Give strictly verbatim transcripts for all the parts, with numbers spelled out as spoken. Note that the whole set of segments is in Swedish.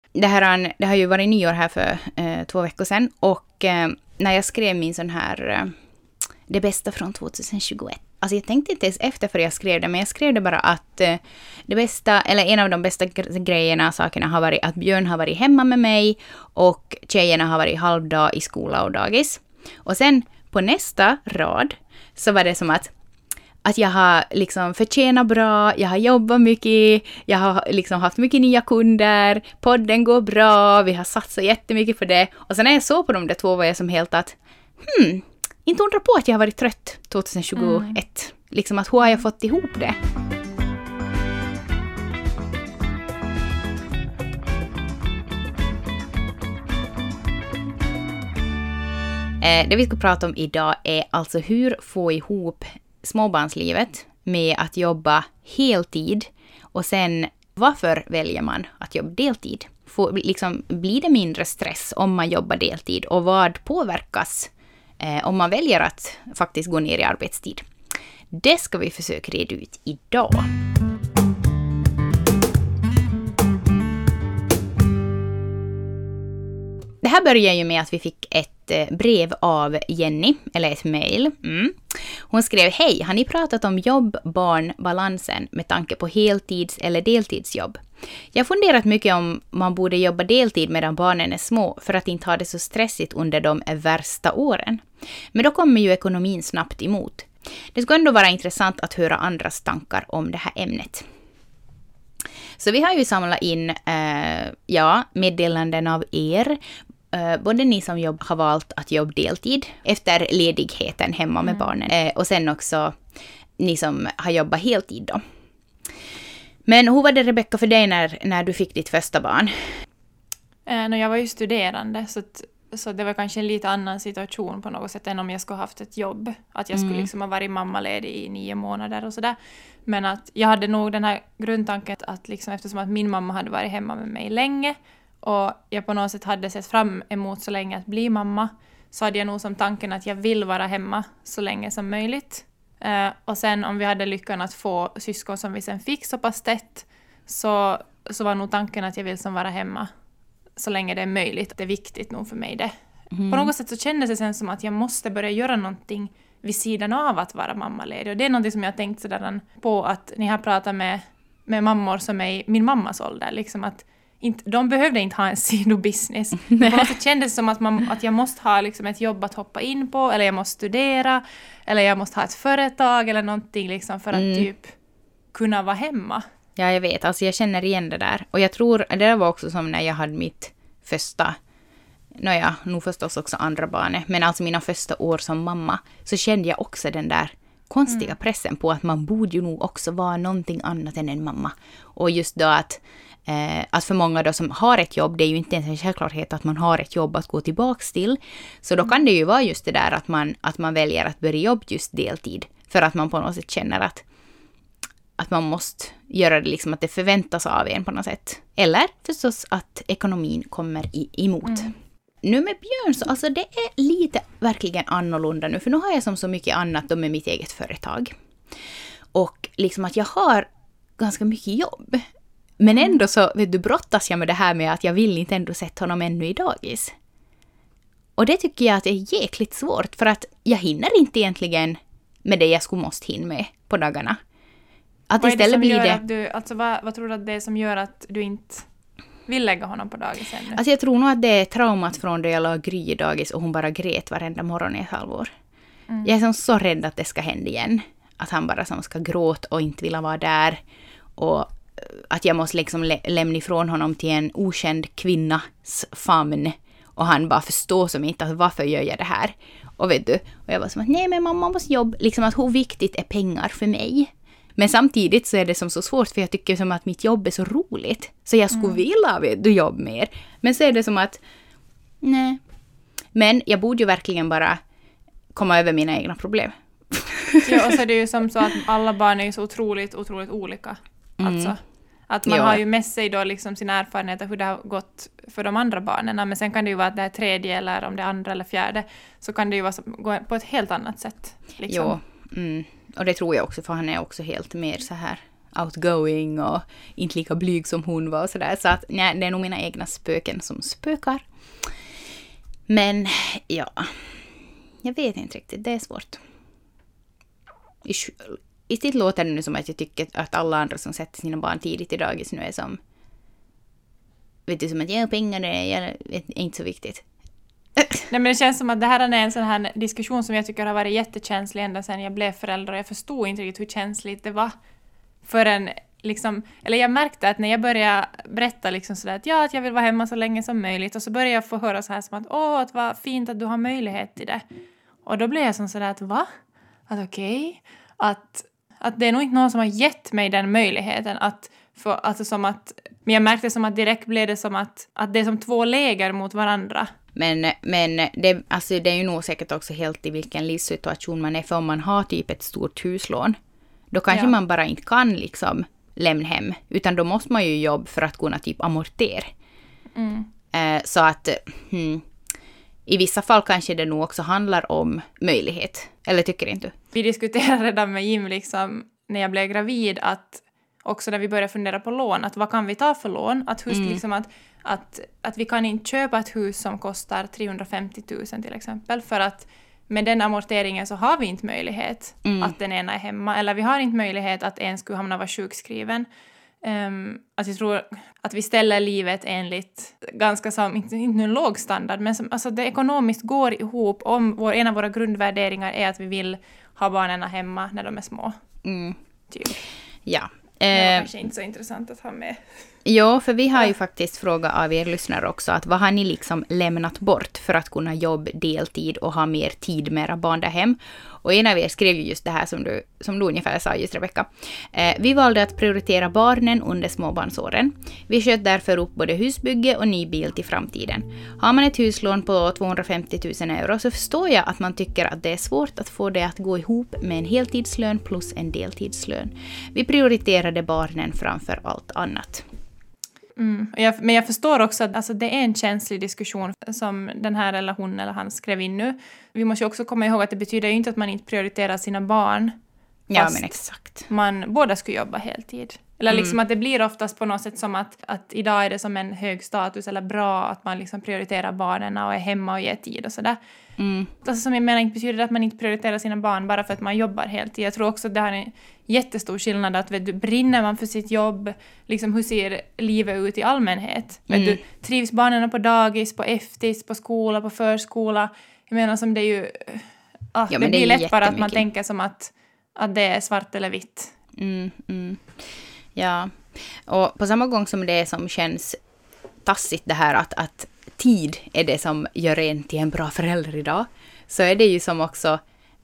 det, här, det har ju varit nyår här för eh, två veckor sedan. Och eh, när jag skrev min sån här eh, det bästa från tjugohundratjugoett. Alltså jag tänkte inte ens efter för jag skrev det, men jag skrev det bara att eh, det bästa, eller en av de bästa grejerna, sakerna har varit att Björn har varit hemma med mig och tjejerna har varit halvdag i skola och dagis. Och sen på nästa rad så var det som att att jag har liksom förtjänat bra, jag har jobbat mycket, jag har liksom haft mycket nya kunder, podden går bra, vi har satsat jättemycket på det. Och sen när jag såg på de där två var jag som helt att hmm, inte undra på att jag har varit trött tjugohundratjugoett. Mm. Liksom att hur har jag fått ihop det? Eh, det vi ska prata om idag är alltså hur få ihop småbarnslivet med att jobba heltid och sen varför väljer man att jobba deltid? Får, liksom, blir det mindre stress om man jobbar deltid och vad påverkas eh, om man väljer att faktiskt gå ner i arbetstid? Det ska vi försöka reda ut idag. Det här börjar ju med att vi fick ett brev av Jenny, eller ett mejl. Mm. Hon skrev: hej, har ni pratat om jobb-barn-balansen med tanke på heltids- eller deltidsjobb? Jag har funderat mycket om man borde jobba deltid medan barnen är små för att inte ha det så stressigt under de värsta åren. Men då kommer ju ekonomin snabbt emot. Det ska ändå vara intressant att höra andras tankar om det här ämnet. Så vi har ju samlat in eh, ja, meddelanden av er. Uh, både ni som jobb, har valt att jobba deltid efter ledigheten hemma med mm. barnen. Uh, och sen också ni som har jobbat heltid då. Men hur var det, Rebecka, för dig när, när du fick ditt första barn? Uh, när jag var ju studerande så, att, så det var kanske en lite annan situation på något sätt än om jag skulle ha haft ett jobb. Att jag skulle mm. liksom ha varit mammaledig i nio månader och sådär. Men att jag hade nog den här grundtanken att liksom, eftersom att min mamma hade varit hemma med mig länge och jag på något sätt hade sett fram emot så länge att bli mamma, så hade jag nog som tanken att jag vill vara hemma så länge som möjligt. Uh, och sen om vi hade lyckan att få syskon som vi sen fick så pass tätt, så, så var nog tanken att jag vill som vara hemma så länge det är möjligt. Det är viktigt nog för mig det. Mm. På något sätt så kändes det sen som att jag måste börja göra någonting vid sidan av att vara mammaledig. Och det är någonting som jag har tänkt sådär på att ni har pratat med, med mammor som är i min mammas ålder. Liksom att inte, de behövde inte ha en sidobusiness. På något sätt kändes det som att, man, att jag måste ha liksom ett jobb att hoppa in på, eller jag måste studera, eller jag måste ha ett företag eller någonting liksom för att mm. typ kunna vara hemma. Ja, jag vet. Alltså jag känner igen det där. Och jag tror, det var också som när jag hade mitt första, nåja, nog förstås också andra barnet, men alltså mina första år som mamma, så kände jag också den där konstiga mm. pressen på att man borde ju nog också vara någonting annat än en mamma. Och just då att Eh, att för många då som har ett jobb, det är ju inte ens en självklarhet att man har ett jobb att gå tillbaka till. Så då kan det ju vara just det där att man, att man väljer att börja jobba just deltid. För att man på något sätt känner att, att man måste göra det liksom att det förväntas av en på något sätt. Eller förstås att ekonomin kommer i, emot. Mm. Nu med Björn så alltså det är lite verkligen annorlunda nu. För nu har jag som så mycket annat då med mitt eget företag. Och liksom att jag har ganska mycket jobb. Men ändå så vet du, brottas jag med det här med att jag vill inte ändå sätta honom ännu i dagis. Och det tycker jag att det är jäkligt svårt. För att jag hinner inte egentligen med det jag skulle måste hinna med på dagarna. Att vad istället är det som blir gör det... att du, alltså vad, vad tror du att det är som gör att du inte vill lägga honom på dagis ännu? Alltså jag tror nog att det är traumat från det jag la Gry i dagis och hon bara grät varenda morgon i ett halvår. Mm. Jag är som så rädd att det ska hända igen. Att han bara som ska gråta och inte vilja vara där. Och att jag måste liksom lä- lämna ifrån honom till en okänd kvinnas famn. Och han bara förstår som inte att varför gör jag det här. Och vet du, och jag var som att nej men mamma måste jobba. Liksom att hur viktigt är pengar för mig. Men samtidigt så är det som så svårt för jag tycker som att mitt jobb är så roligt. Så jag skulle mm. vilja vet du jobba mer. Men så är det som att nej. Men jag borde ju verkligen bara komma över mina egna problem. Ja, och så är det ju som så att alla barn är ju så otroligt, otroligt olika. Mm. Alltså. Att man jo. har ju med sig då liksom sin erfarenhet av hur det har gått för de andra barnen. Men sen kan det ju vara att det är tredje eller om det är andra eller fjärde. Så kan det ju vara så, gå på ett helt annat sätt. Liksom. Jo, mm. och det tror jag också för han är också helt mer så här outgoing och inte lika blyg som hon var och sådär. Så att nej, det är nog mina egna spöken som spökar. Men ja, jag vet inte riktigt, det är svårt. I, i sitt låter det nu som att jag tycker att alla andra som sätter sina barn tidigt i dagis nu är som, vet du, som att jag pengar är, är inte så viktigt. Nej, men det känns som att det här är en sån här diskussion som jag tycker har varit jättekänslig ända sedan jag blev förälder. Jag förstod inte riktigt hur känsligt det var förrän liksom, eller jag märkte att när jag började berätta liksom sådär att ja, att jag vill vara hemma så länge som möjligt, och så började jag få höra så här som att åh, att vad fint att du har möjlighet till det. Och då blev jag som sådär att va? Att okej, okay. att, att det är nog inte någon som har gett mig den möjligheten att få, alltså som att, men jag märkte som att direkt blev det som att, att det är som två läger mot varandra. Men, men det, alltså det är ju nog säkert också helt i vilken livssituation man är, för om man har typ ett stort huslån, då kanske ja. man bara inte kan liksom lämna hem, utan då måste man ju jobba för att kunna typ amortera. Mm. Eh, så att hmm, i vissa fall kanske det nog också handlar om möjlighet, eller tycker inte du? Vi diskuterade redan med Jim liksom, när jag blev gravid, att också när vi började fundera på lån, att vad kan vi ta för lån? Att, hus, mm. liksom att, att, att vi kan inte köpa ett hus som kostar trehundrafemtio tusen till exempel, för att med den amorteringen så har vi inte möjlighet mm. att den ena är hemma, eller vi har inte möjlighet att en skulle hamna vara sjukskriven. Um, att jag tror att vi ställer livet enligt ganska som, inte, inte en låg standard, men som, alltså det ekonomiskt går ihop om vår, en av våra grundvärderingar är att vi vill ha barnen hemma när de är små. Mm. Typ. Ja. Det är eh, kanske inte så intressant att ha med. Ja, för vi har ju faktiskt frågat av er lyssnare också att vad har ni liksom lämnat bort för att kunna jobba deltid och ha mer tid med era barn där hem? Och en av er skrev ju just det här som du, som du ungefär sa just, Rebecka. Eh, vi valde att prioritera barnen under småbarnsåren. Vi sköt därför upp både husbygge och ny bil till framtiden. Har man ett huslån på tvåhundrafemtio tusen euro så förstår jag att man tycker att det är svårt att få det att gå ihop med en heltidslön plus en deltidslön. Vi prioriterade barnen framför allt annat. Mm. Jag, men jag förstår också att alltså, det är en känslig diskussion som den här eller hon eller han skrev in nu. Vi måste ju också komma ihåg att det betyder ju inte att man inte prioriterar sina barn. Ja, men exakt. Man båda ska jobba heltid. Eller liksom mm. att det blir oftast på något sätt som att, att idag är det som en hög status eller bra att man liksom prioriterar barnen och är hemma och ger tid och sådär. Mm. Alltså som jag menar inte betyder att man inte prioriterar sina barn bara för att man jobbar heltid. Jag tror också att det här är en jättestor skillnad att vet du, brinner man för sitt jobb, liksom hur ser livet ut i allmänhet? Mm. Vet du, trivs barnen på dagis, på eftis, på skola, på förskola? Jag menar som det är ju, ah, ja, det blir det lätt bara att man tänker som att, att det är svart eller vitt. Mm, mm. Ja, och på samma gång som det som känns tassigt det här att, att tid är det som gör en till en bra förälder idag, så är det ju som också,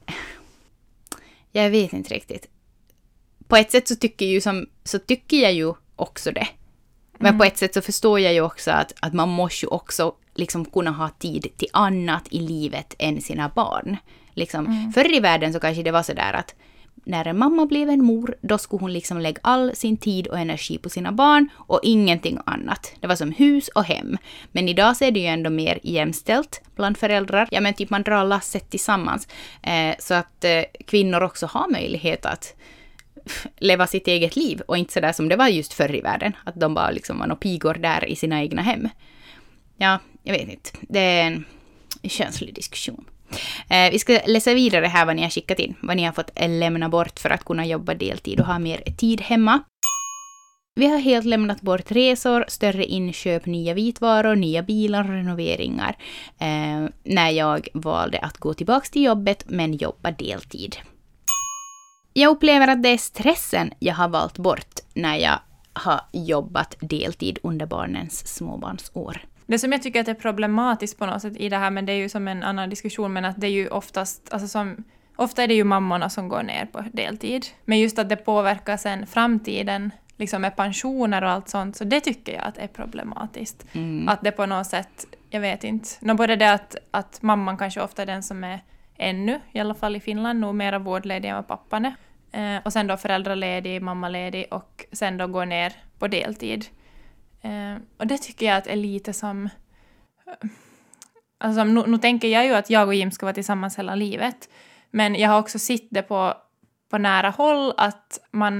jag vet inte riktigt. På ett sätt så tycker, ju som, så tycker jag ju också det. Men mm. på ett sätt så förstår jag ju också att, att man måste ju också liksom kunna ha tid till annat i livet än sina barn. Liksom, mm. Förr i världen så kanske det var så där att när en mamma blev en mor, då skulle hon liksom lägga all sin tid och energi på sina barn och ingenting annat. Det var som hus och hem. Men idag så är det ju ändå mer jämställt bland föräldrar. Ja, men typ man drar lasset tillsammans. Eh, så att eh, kvinnor också har möjlighet att leva sitt eget liv och inte så där som det var just förr i världen. Att de bara liksom var några pigor där i sina egna hem. Ja, jag vet inte. Det är en känslig diskussion. Eh, vi ska läsa vidare här vad ni har skickat in. Vad ni har fått lämna bort för att kunna jobba deltid och ha mer tid hemma. Vi har helt lämnat bort resor, större inköp, nya vitvaror, nya bilar och renoveringar. Eh, när jag valde att gå tillbaka till jobbet men jobba deltid. Jag upplever att det är stressen jag har valt bort när jag har jobbat deltid under barnens småbarnsår. Det som jag tycker att är problematiskt på något sätt i det här, men det är ju som en annan diskussion, men att det är ju oftast, alltså som, ofta är det ju mammorna som går ner på deltid. Men just att det påverkar sen framtiden, liksom med pensioner och allt sånt, så det tycker jag att är problematiskt. Mm. Att det på något sätt, jag vet inte, nå både det att, att mamman kanske ofta är den som är ännu, i alla fall i Finland, nog mera vårdledig än vad pappan är. Eh, och sen då föräldraledig, mammaledig och sen då går ner på deltid. Uh, och det tycker jag att är lite som... Uh, alltså, nu, nu tänker jag ju att jag och Jim ska vara tillsammans hela livet. Men jag har också sett det på, på nära håll att man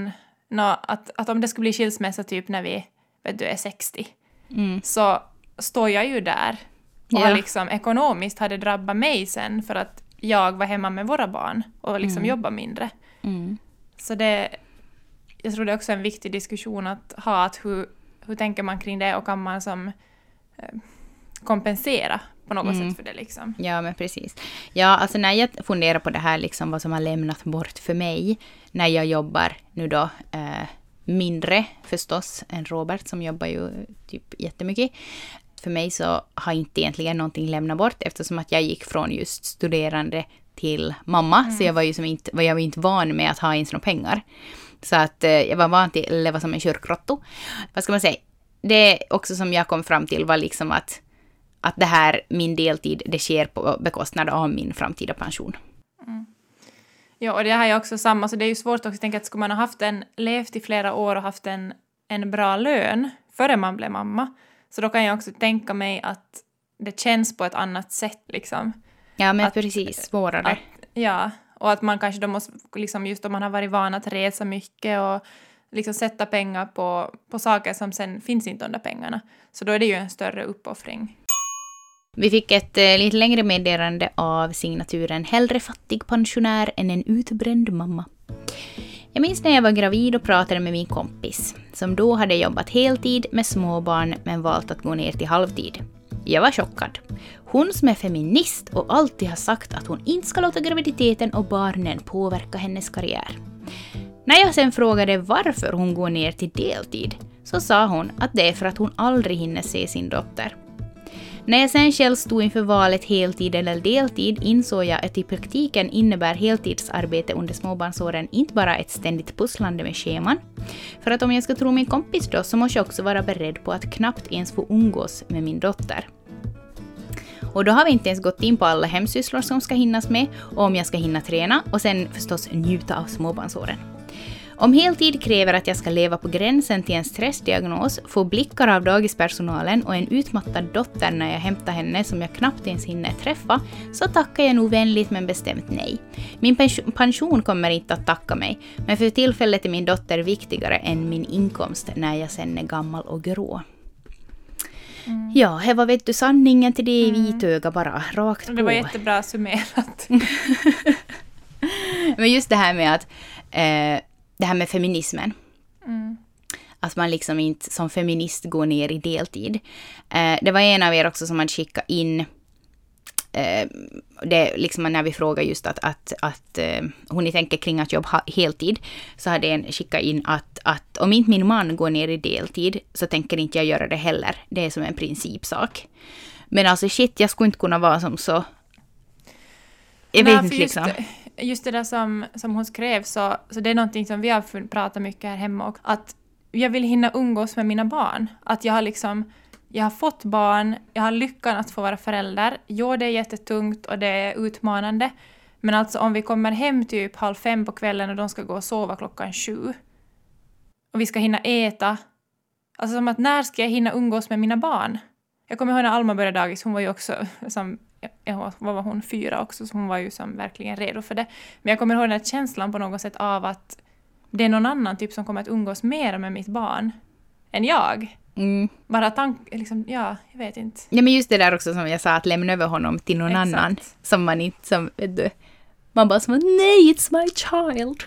nå, att, att om det skulle bli skilsmässa typ när vi vet du, är sextio, Mm. så står jag ju där och Ja. har liksom ekonomiskt hade drabbat mig sen för att jag var hemma med våra barn och liksom Mm. jobbar mindre. Mm. Så det, jag tror det är också en viktig diskussion att ha, att hur, hur tänker man kring det och kan man som eh, kompensera på något Mm. sätt för det liksom. Ja, men precis. Ja, alltså när jag funderar på det här, liksom vad som har lämnat bort för mig när jag jobbar nu då eh, mindre förstås än Robert som jobbar ju typ jättemycket. För mig så har inte egentligen någonting lämnat bort eftersom att jag gick från just studerande till mamma. Mm. Så jag var ju som inte, var jag inte van med att ha ens några pengar. Så att eh, jag var van till att leva som en kyrkrotto. Vad ska man säga? Det också som jag kom fram till var liksom att att det här, min deltid, det sker på bekostnad av min framtida pension. Mm. Ja, och det här är också samma, så det är ju svårt också att tänka att skulle man ha haft en, levt i flera år och haft en, en bra lön före man blev mamma, så då kan jag också tänka mig att det känns på ett annat sätt liksom. Ja, men att, precis, svårare. Att, ja, och att man kanske då måste, liksom just om man har varit van att resa mycket och liksom sätta pengar på, på saker som sen finns inte under pengarna, så då är det ju en större uppoffring. Vi fick ett eh, lite längre meddelande av signaturen hellre fattig pensionär än en utbränd mamma. Jag minns när jag var gravid och pratade med min kompis, som då hade jobbat heltid med småbarn men valt att gå ner till halvtid. Jag var chockad. Hon som är feminist och alltid har sagt att hon inte ska låta graviditeten och barnen påverka hennes karriär. När jag sen frågade varför hon går ner till deltid så sa hon att det är för att hon aldrig hinner se sin dotter. När jag sen själv stod inför valet heltid eller deltid insåg jag att i praktiken innebär heltidsarbete under småbarnsåren inte bara ett ständigt pusslande med scheman. För att om jag ska tro min kompis då så måste jag också vara beredd på att knappt ens få umgås med min dotter. Och då har vi inte ens gått in på alla hemsysslor som ska hinnas med och om jag ska hinna träna och sen förstås njuta av småbarnsåren. Om heltid kräver att jag ska leva på gränsen till en stressdiagnos, få blickar av dagispersonalen och en utmattad dotter när jag hämtar henne som jag knappt ens hinner träffa, så tackar jag nog vänligt men bestämt nej. Min pension kommer inte att tacka mig, men för tillfället är min dotter viktigare än min inkomst när jag sen är gammal och grå. Mm. Ja, här var vet du sanningen till det i Mm. vitöga bara, rakt på. Det var jättebra summerat. Men just det här med att eh, det här med feminismen. Mm. Att man liksom inte som feminist går ner i deltid. Eh, det var en av er också som hade skickat in eh, det liksom när vi frågade just att, att, att eh, hon ni tänker kring att jobba heltid, så hade en skickat in att, att om inte min man går ner i deltid så tänker inte jag göra det heller. Det är som en principsak. Men alltså shit, jag skulle inte kunna vara som så. Jag Nej, vet inte just, liksom. Just det där som, som hon skrev, så, så det är någonting som vi har pratat mycket här hemma och att jag vill hinna umgås med mina barn. Att jag har liksom, jag har fått barn, jag har lyckan att få vara förälder. Jo, det är jättetungt och det är utmanande. Men alltså om vi kommer hem typ halv fem på kvällen och de ska gå och sova klockan sju. Och vi ska hinna äta. Alltså som att när ska jag hinna umgås med mina barn? Jag kommer ihåg när Alma började dagis, hon var ju också som... Ja, vad var hon? Fyra också, så hon var ju som verkligen redo för det. Men jag kommer ihåg den här känslan på något sätt av att det är någon annan typ som kommer att umgås mer med mitt barn än jag. Mm. Bara tank, liksom, ja, jag vet inte. Ja, men just det där också som jag sa, att lämna över honom till någon Exakt. annan. Som man inte, som, vet du, man bara som, nej, it's my child.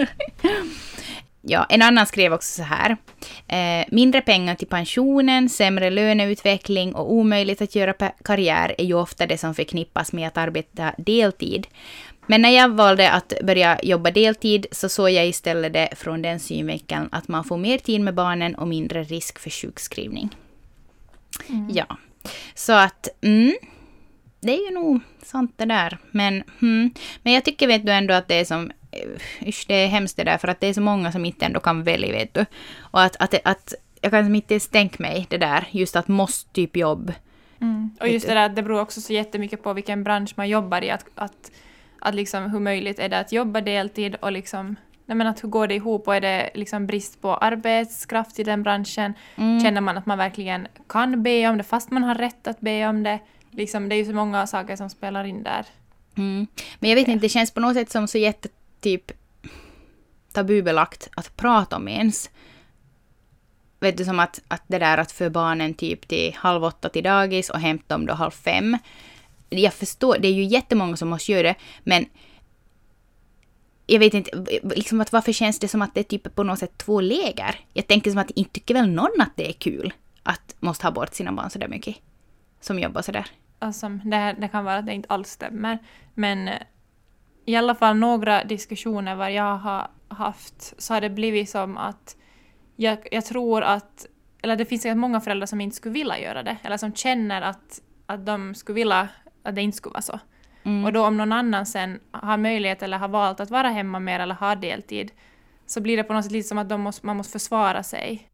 Ja, en annan skrev också så här. Eh, mindre pengar till pensionen, sämre löneutveckling och omöjligt att göra pe- karriär är ju ofta det som förknippas med att arbeta deltid. Men när jag valde att börja jobba deltid så såg jag istället det från den synvinkeln att man får mer tid med barnen och mindre risk för sjukskrivning. Mm. Ja, så att mm, det är ju nog sant det där. Men, mm, men jag tycker vet du ändå att det är som Usch, det är hemskt det där, för att det är så många som inte ändå kan välja, vet du. Och att, att, att jag kan inte ens tänka mig det där, just att måste typ jobb. Mm. Och just det där, det beror också så jättemycket på vilken bransch man jobbar i. Att, att, att liksom hur möjligt är det att jobba deltid och liksom, nej men att hur går det ihop och är det liksom brist på arbetskraft i den branschen? Mm. Känner man att man verkligen kan be om det fast man har rätt att be om det? Liksom, det är ju så många saker som spelar in där. Mm. Men jag vet inte, det känns på något sätt som så jätte typ tabubelagt att prata om ens. Vet du, som att, att det där att för barnen typ till halv åtta till dagis och hämta dem då halv fem. Jag förstår, det är ju jättemånga som måste göra det, men jag vet inte, liksom att varför känns det som att det är typ på något sätt två läger? Jag tänker som att inte tycker väl någon att det är kul att måste ha bort sina barn så där mycket som jobbar så där. Alltså, det, det kan vara att det inte alls stämmer, men i alla fall några diskussioner vad jag har haft så har det blivit som att jag, jag tror att, eller det finns många föräldrar som inte skulle vilja göra det, eller som känner att, att de skulle vilja att det inte skulle vara så. Mm. Och då om någon annan sen har möjlighet eller har valt att vara hemma mer eller ha deltid, så blir det på något sätt lite som att de måste, man måste försvara sig.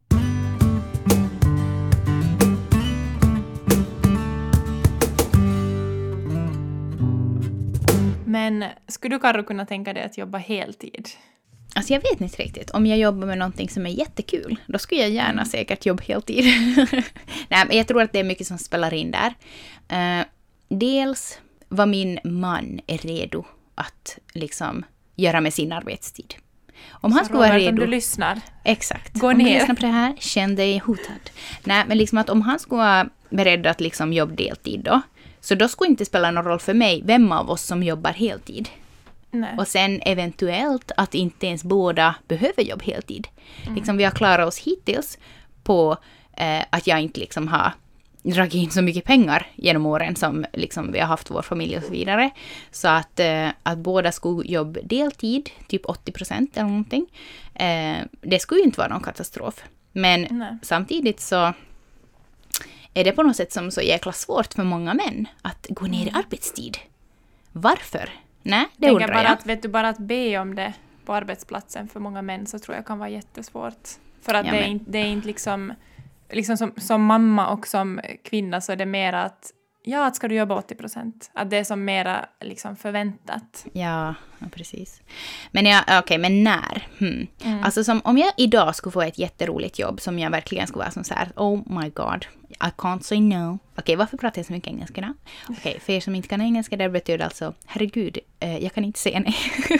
Men skulle du kanske kunna tänka dig att jobba heltid? Alltså jag vet inte riktigt. Om jag jobbar med någonting som är jättekul, då skulle jag gärna säkert jobba heltid. Nej, men jag tror att det är mycket som spelar in där. Uh, dels vad min man är redo att liksom göra med sin arbetstid. Om han skulle vara redo... om du lyssnar. Exakt. Gå om ner. du lyssnar på det här, känn dig hotad. Nej, men liksom att om han skulle vara beredd att liksom jobba deltid då, så då skulle inte spela någon roll för mig vem av oss som jobbar heltid. Nej. Och sen eventuellt att inte ens båda behöver jobba heltid. Mm. Liksom vi har klarat oss hittills på eh, att jag inte liksom har dragit in så mycket pengar genom åren som liksom vi har haft vår familj och så vidare. Så att, eh, att båda skulle jobba deltid, typ åttio procent eller någonting, eh, det skulle ju inte vara någon katastrof. Men Nej. Samtidigt så är det på något sätt som så jäkla svårt för många män att gå ner i arbetstid. Varför? Nej, det undrar bara jag. Att, vet du, bara att be om det på arbetsplatsen för många män så tror jag kan vara jättesvårt. För att ja, det, är men... inte, det är inte liksom, liksom som, som mamma och som kvinna så är det mer att ja, att ska du jobba åttio procent. Att det är som mera liksom förväntat. Ja, ja precis. Men ja, okej, okay, men när? Hmm. Mm. Alltså som om jag idag skulle få ett jätteroligt jobb som jag verkligen skulle vara som så här, oh my god, I can't say no. Okej, okay, varför pratar jag så mycket engelska då? Okej, okay, för er som inte kan engelska, det betyder alltså, herregud, eh, jag kan inte säga nej.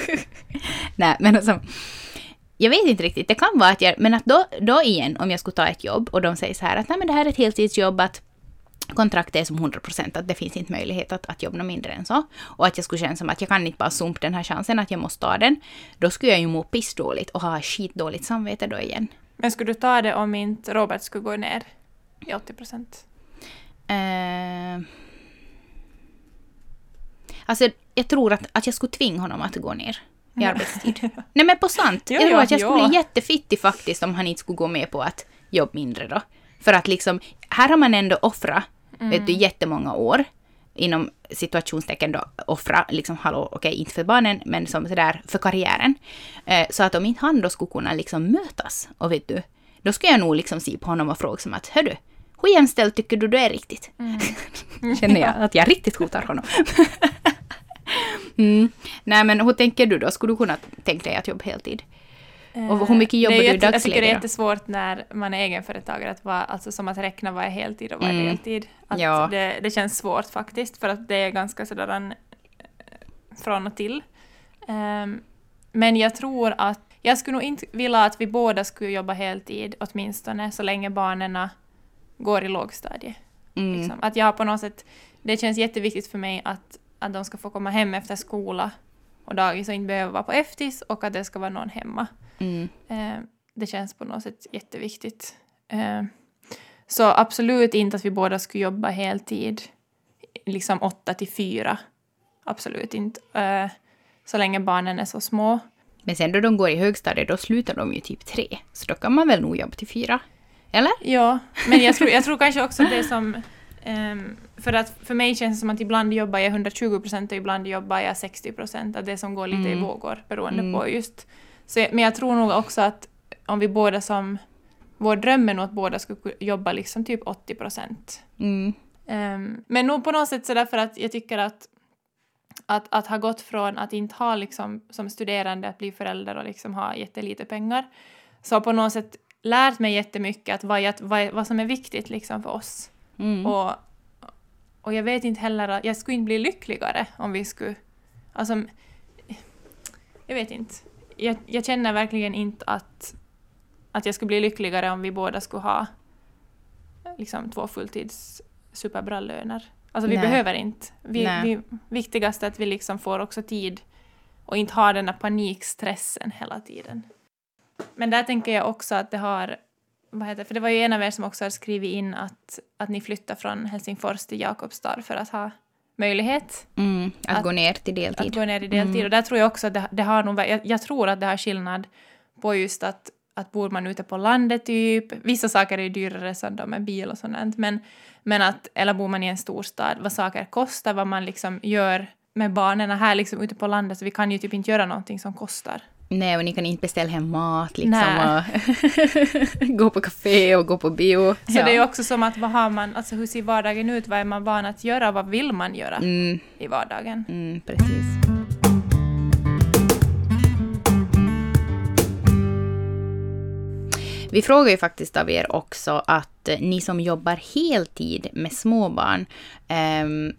Nej, men alltså, jag vet inte riktigt, det kan vara att jag, men att då, då igen, om jag skulle ta ett jobb och de säger så här att nej men det här är ett heltidsjobb, att kontraktet är som hundra procent, att det finns inte möjlighet att, att jobba mindre än så. Och att jag skulle känna som att jag kan inte bara sumpa den här chansen, att jag måste ta den. Då skulle jag ju må pissdåligt och ha skitdåligt samvete då igen. Men skulle du ta det om inte Robert skulle gå ner i åttio procent? Uh, alltså jag tror att, att jag skulle tvinga honom att gå ner i arbetstid. Nej men på sant. Jo, jag tror jo, att jag skulle jo. bli jättefittig faktiskt om han inte skulle gå med på att jobba mindre då. För att liksom, här har man ändå offrat, mm. vet du, jättemånga år inom situationstecken då, offra, liksom, hallå, okej, okay, inte för barnen, men som sådär för karriären. Eh, så att om inte han då skulle kunna liksom mötas, och vet du, då skulle jag nog liksom se på honom och fråga som att, hör du, hur jämställd tycker du du är riktigt? Mm. Känner jag att jag riktigt hotar honom. mm. Nej, men hur tänker du då? Skulle du kunna tänka dig att jobba heltid? Och hur mycket jobbar det är du i dagsläget? Jag tycker det är jättesvårt när man är egenföretagare att vara, alltså som att räkna vad är heltid och vad är mm. deltid. Att ja. det, det känns svårt faktiskt för att det är ganska sådär en, från och till. Um, men jag tror att jag skulle nog inte vilja att vi båda skulle jobba heltid åtminstone så länge barnen går i lågstadie. Mm. Liksom. Att jag på något sätt, det känns jätteviktigt för mig att, att de ska få komma hem efter skola och dagis och inte behöva vara på eftis och att det ska vara någon hemma. Mm. Eh, det känns på något sätt jätteviktigt. Eh, så absolut inte att vi båda skulle jobba heltid. Liksom åtta till fyra. Absolut inte. Eh, så länge barnen är så små. Men sen då de går i högstadiet, då slutar de ju typ tre. Så då kan man väl nog jobba till fyra. Eller? Ja, men jag tror, jag tror kanske också det som... Um, för att för mig känns det som att ibland jobbar jag hundratjugo procent och ibland jobbar jag sextio procent. Att det som går lite mm. i vågor beroende mm. på just... Så, men jag tror nog också att om vi båda som... Vår dröm är nog att båda skulle jobba liksom typ åttio procent. Mm. Um, men nog på något sätt så därför att jag tycker att, att att ha gått från att inte ha liksom som studerande att bli förälder och liksom ha jättelite pengar. Så på något sätt lärt mig jättemycket att vad, vad, vad som är viktigt liksom för oss. Mm. Och, och jag vet inte heller att jag skulle inte bli lyckligare om vi skulle... Alltså, jag vet inte. jag, jag känner verkligen inte att, att jag skulle bli lyckligare om vi båda skulle ha liksom två fulltids superbra löner. Alltså vi Nej. behöver inte. Vi, vi, viktigast är att vi liksom får också tid och inte har den här panikstressen hela tiden. Men där tänker jag också att det har, vad heter det? För det var ju en av er som också har skrivit in att, att ni flyttar från Helsingfors till Jakobstad för att ha möjlighet. Mm, att, att gå ner till deltid. Att gå ner i deltid. Mm. Och där tror jag också att det, det har nog, jag, jag tror att det har skillnad på just att, att bor man ute på landet typ. Vissa saker är ju dyrare som de med bil och sånt. Men, men att, eller bor man i en storstad, vad saker kostar, vad man liksom gör med barnen här liksom ute på landet. Så vi kan ju typ inte göra någonting som kostar. Nej, och ni kan inte beställa hem mat liksom och gå på café och gå på bio. Så ja. Det är ju också som att vad har man, alltså hur ser vardagen ut, vad är man van att göra, vad vill man göra mm. i vardagen? Mm, precis. Vi frågar ju faktiskt av er också att eh, ni som jobbar heltid med småbarn, eh,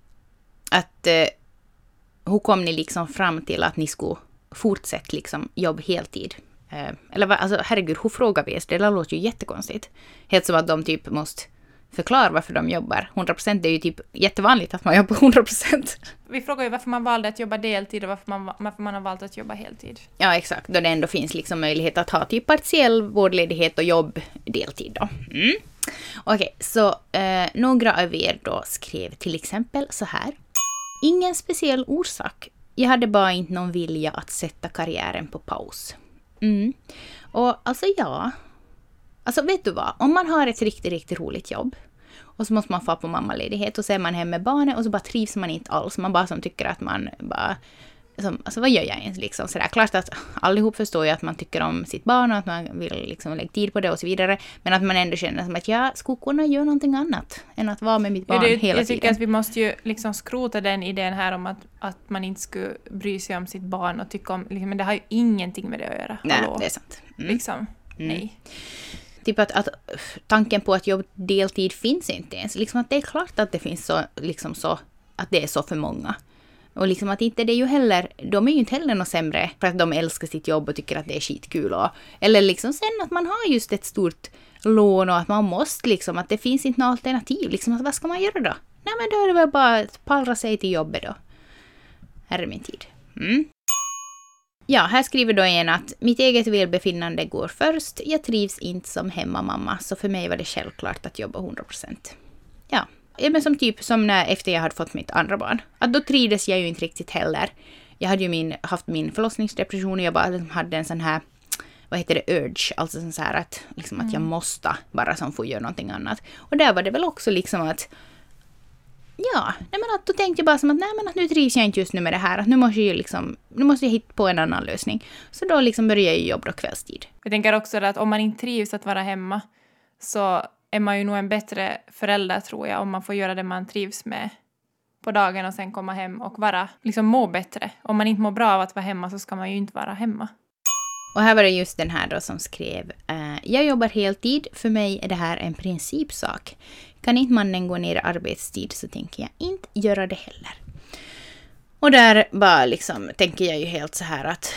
att eh, hur kom ni liksom fram till att ni skulle fortsätta liksom jobb heltid? Eh, eller alltså, herregud, hur frågar vi er? Det låter ju jättekonstigt. Helt som att de typ måste förklara varför de jobbar. hundra procent är ju typ jättevanligt att man jobbar hundra procent. Vi frågar ju varför man valde att jobba deltid och varför man, varför man har valt att jobba heltid. Ja, exakt. Då det ändå finns liksom möjlighet att ha typ partiell vårdledighet och jobb deltid då. Mm. Okej, okay, så eh, några av er då skrev till exempel så här. Ingen speciell orsak. Jag hade bara inte någon vilja att sätta karriären på paus. Mm. Och alltså ja... Alltså vet du vad, om man har ett riktigt, riktigt roligt jobb och så måste man få på mammaledighet och så är man hem med barnet och så bara trivs man inte alls. Man bara som tycker att man bara, som, alltså vad gör jag ens liksom sådär. Klart att allihop förstår ju att man tycker om sitt barn och att man vill liksom lägga tid på det och så vidare. Men att man ändå känner som att jag skulle kunna göra någonting annat än att vara med mitt barn ja, det, hela tiden. Jag tycker att vi måste ju liksom skrota den idén här om att, att man inte skulle bry sig om sitt barn och tycka om, liksom, men det har ju ingenting med det att göra. Nej, Hallå. Det är sant. Mm. Liksom, mm. nej. Typ att, att tanken på att jobba deltid finns inte ens. Liksom att det är klart att det finns så, liksom så, att det är så för många. Och liksom att inte det är ju heller, de är ju inte heller något sämre för att de älskar sitt jobb och tycker att det är skitkul. Och, eller liksom sen att man har just ett stort lån och att man måste liksom, att det finns inte något alternativ. Liksom att vad ska man göra då? Nej men då är det väl bara att pallra sig till jobbet då. Här är min tid. Mm. Ja, här skriver då en att mitt eget välbefinnande går först. Jag trivs inte som hemmamamma, så för mig var det självklart att jobba hundra procent. Ja, men som typ som när efter jag hade fått mitt andra barn. Att då trivdes jag ju inte riktigt heller. Jag hade ju min, haft min förlossningsdepression och jag bara liksom hade en sån här, vad heter det, urge. Alltså så här att, liksom mm. att jag måste bara som få göra någonting annat. Och där var det väl också liksom att ja, nej men att då tänkte jag bara som att nej men att nu trivs jag inte just nu med det här. Att nu måste jag liksom, nu måste jag hitta på en annan lösning. Så då liksom började jag jobba kvällstid. Jag tänker också att om man inte trivs att vara hemma så är man ju nog en bättre förälder tror jag om man får göra det man trivs med på dagen och sen komma hem och vara, liksom må bättre. Om man inte mår bra av att vara hemma så ska man ju inte vara hemma. Och här var det just den här då som skrev eh, jag jobbar heltid, för mig är det här en principsak. Kan inte mannen gå ner i arbetstid så tänker jag inte göra det heller. Och där bara liksom tänker jag ju helt så här att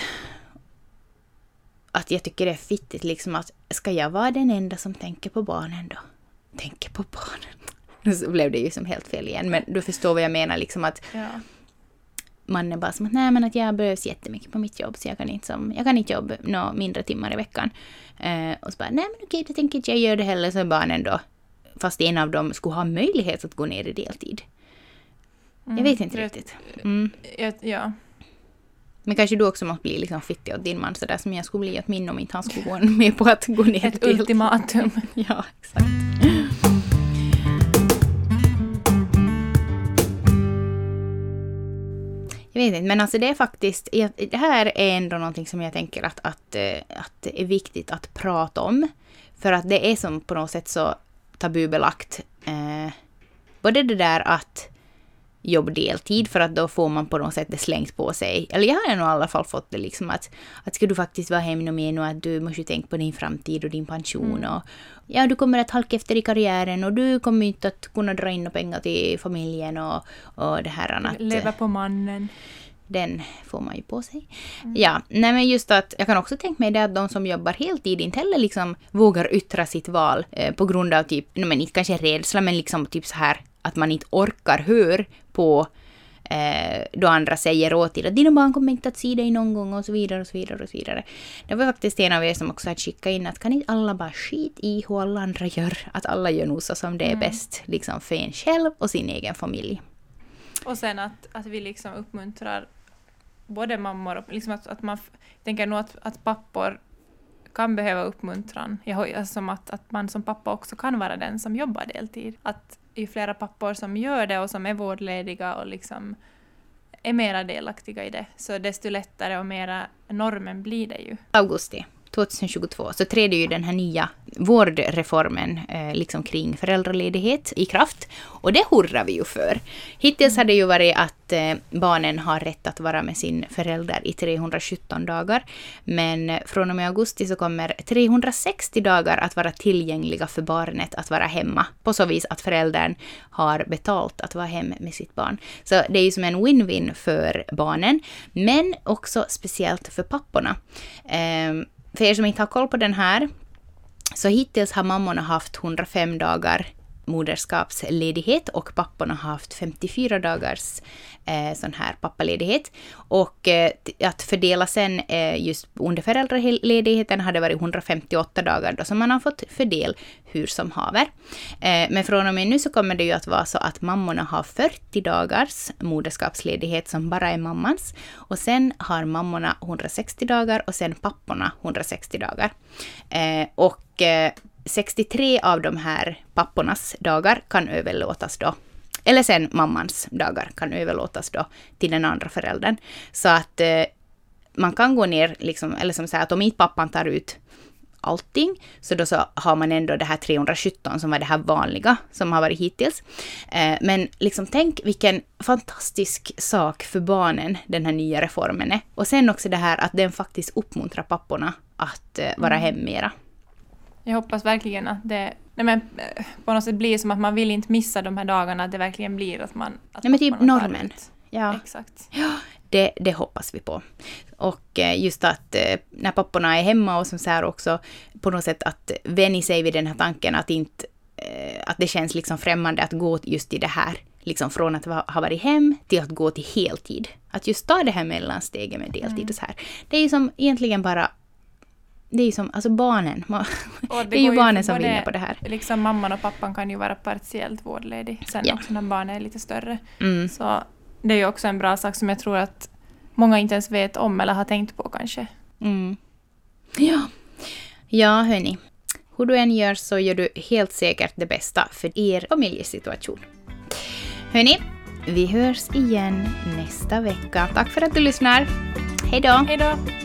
att jag tycker det är fittigt liksom att ska jag vara den enda som tänker på barnen då? Tänker på barnen. Så blev det ju som helt fel igen, men du förstår vad jag menar liksom att ja. Man är bara som att nej men att jag behövs jättemycket på mitt jobb så jag kan inte, som, jag kan inte jobba några mindre timmar i veckan. Eh, och så bara nej men okej, jag tänker inte jag gör det heller så barnen då. Fast en av dem skulle ha möjlighet att gå ner i deltid. Mm, jag vet inte det, riktigt. Mm. Ja. Men kanske du också måste bli liksom fittig åt din man sådär som jag skulle bli åt min om inte han skulle gå med på att gå ner ett deltid. Ultimatum. Ja, exakt. Jag vet inte, men alltså det är faktiskt, det här är ändå någonting som jag tänker att, att, att det är viktigt att prata om. För att det är som på något sätt så tabubelagt. Eh, både det där att jobba deltid för att då får man på något sätt det slängt på sig. Eller jag har nog i alla fall fått det liksom att, att ska du faktiskt vara hemma med och att du måste tänka på din framtid och din pension. Mm. Och ja, du kommer att halka efter i karriären och du kommer inte att kunna dra in pengar till familjen och, och det här annat. Leva på mannen. den får man ju på sig. Mm. Ja, nej men just att jag kan också tänka mig det att de som jobbar heltid inte heller liksom vågar yttra sitt val eh, på grund av typ, nej men inte kanske rädsla, men liksom typ så här att man inte orkar hör på eh, då andra säger åt till att dina barn kommer inte att se dig någon gång och så vidare och så vidare och så vidare. Det var faktiskt en av er som också hade skickat in att kan inte alla bara skit i hur alla andra gör, att alla gör nog så som det är mm. bäst liksom för en själv och sin egen familj. Och sen att, att vi liksom uppmuntrar både mammor och liksom att, att man tänker nog att, att pappor kan behöva uppmuntran. Jag, alltså som att, att man som pappa också kan vara den som jobbar deltid. Att ju flera pappor som gör det och som är vårdlediga och liksom är mera delaktiga i det, så desto lättare och mera normen blir det ju. Augusti tjugohundratjugotvå så trädde ju den här nya vårdreformen eh, liksom kring föräldraledighet i kraft. Och det hurrar vi ju för. Hittills mm. hade det ju varit att eh, barnen har rätt att vara med sin förälder i trehundrasjutton dagar. Men från och med augusti så kommer trehundrasextio dagar att vara tillgängliga för barnet att vara hemma. På så vis att föräldern har betalt att vara hemma med sitt barn. Så det är ju som en win-win för barnen. Men också speciellt för papporna. Eh, För er som inte har koll på den här, så hittills har mammorna haft hundrafem dagar moderskapsledighet och papporna har haft femtiofyra dagars eh, sån här pappaledighet. Och eh, att fördela sen eh, just under föräldraledigheten hade varit hundrafemtioåtta dagar då, som man har fått fördel hur som haver. Eh, men från och med nu så kommer det ju att vara så att mammorna har fyrtio dagars moderskapsledighet som bara är mammans. Och sen har mammorna hundrasextio dagar och sen papporna hundrasextio dagar. Eh, och eh, sextiotre av de här pappornas dagar kan överlåtas då. Eller sen mammans dagar kan överlåtas då till den andra föräldern. Så att eh, man kan gå ner, liksom, eller som säger att om inte pappan tar ut allting, så då så har man ändå det här trehundrasjutton som var det här vanliga som har varit hittills. Eh, men liksom tänk vilken fantastisk sak för barnen den här nya reformen är. Och sen också det här att den faktiskt uppmuntrar papporna att eh, vara mm. hem mera. Jag hoppas verkligen att det nej men, på något sätt blir som att man vill inte missa de här dagarna. Att det verkligen blir att man... Att nej men typ normen. Ja. Exakt. Ja, det, det hoppas vi på. Och just att när papporna är hemma och som så här också på något sätt att vänja sig vid den här tanken att, inte, att det känns liksom främmande att gå just i det här. Liksom från att ha varit hem till att gå till heltid. Att just ta det här mellansteget med deltid mm. och så här. Det är ju som egentligen bara... Det är ju som, alltså barnen. Det, det är ju barnen som vinner på det här. Liksom mamman och pappan kan ju vara partiellt vårdledig. Sen ja. också när barnen är lite större. Mm. Så det är ju också en bra sak som jag tror att många inte ens vet om eller har tänkt på kanske. Mm. Ja. Ja, hörni. Hur du än gör så gör du helt säkert det bästa för er familjesituation. Hörni, vi hörs igen nästa vecka. Tack för att du lyssnar. Hej då! Hej då!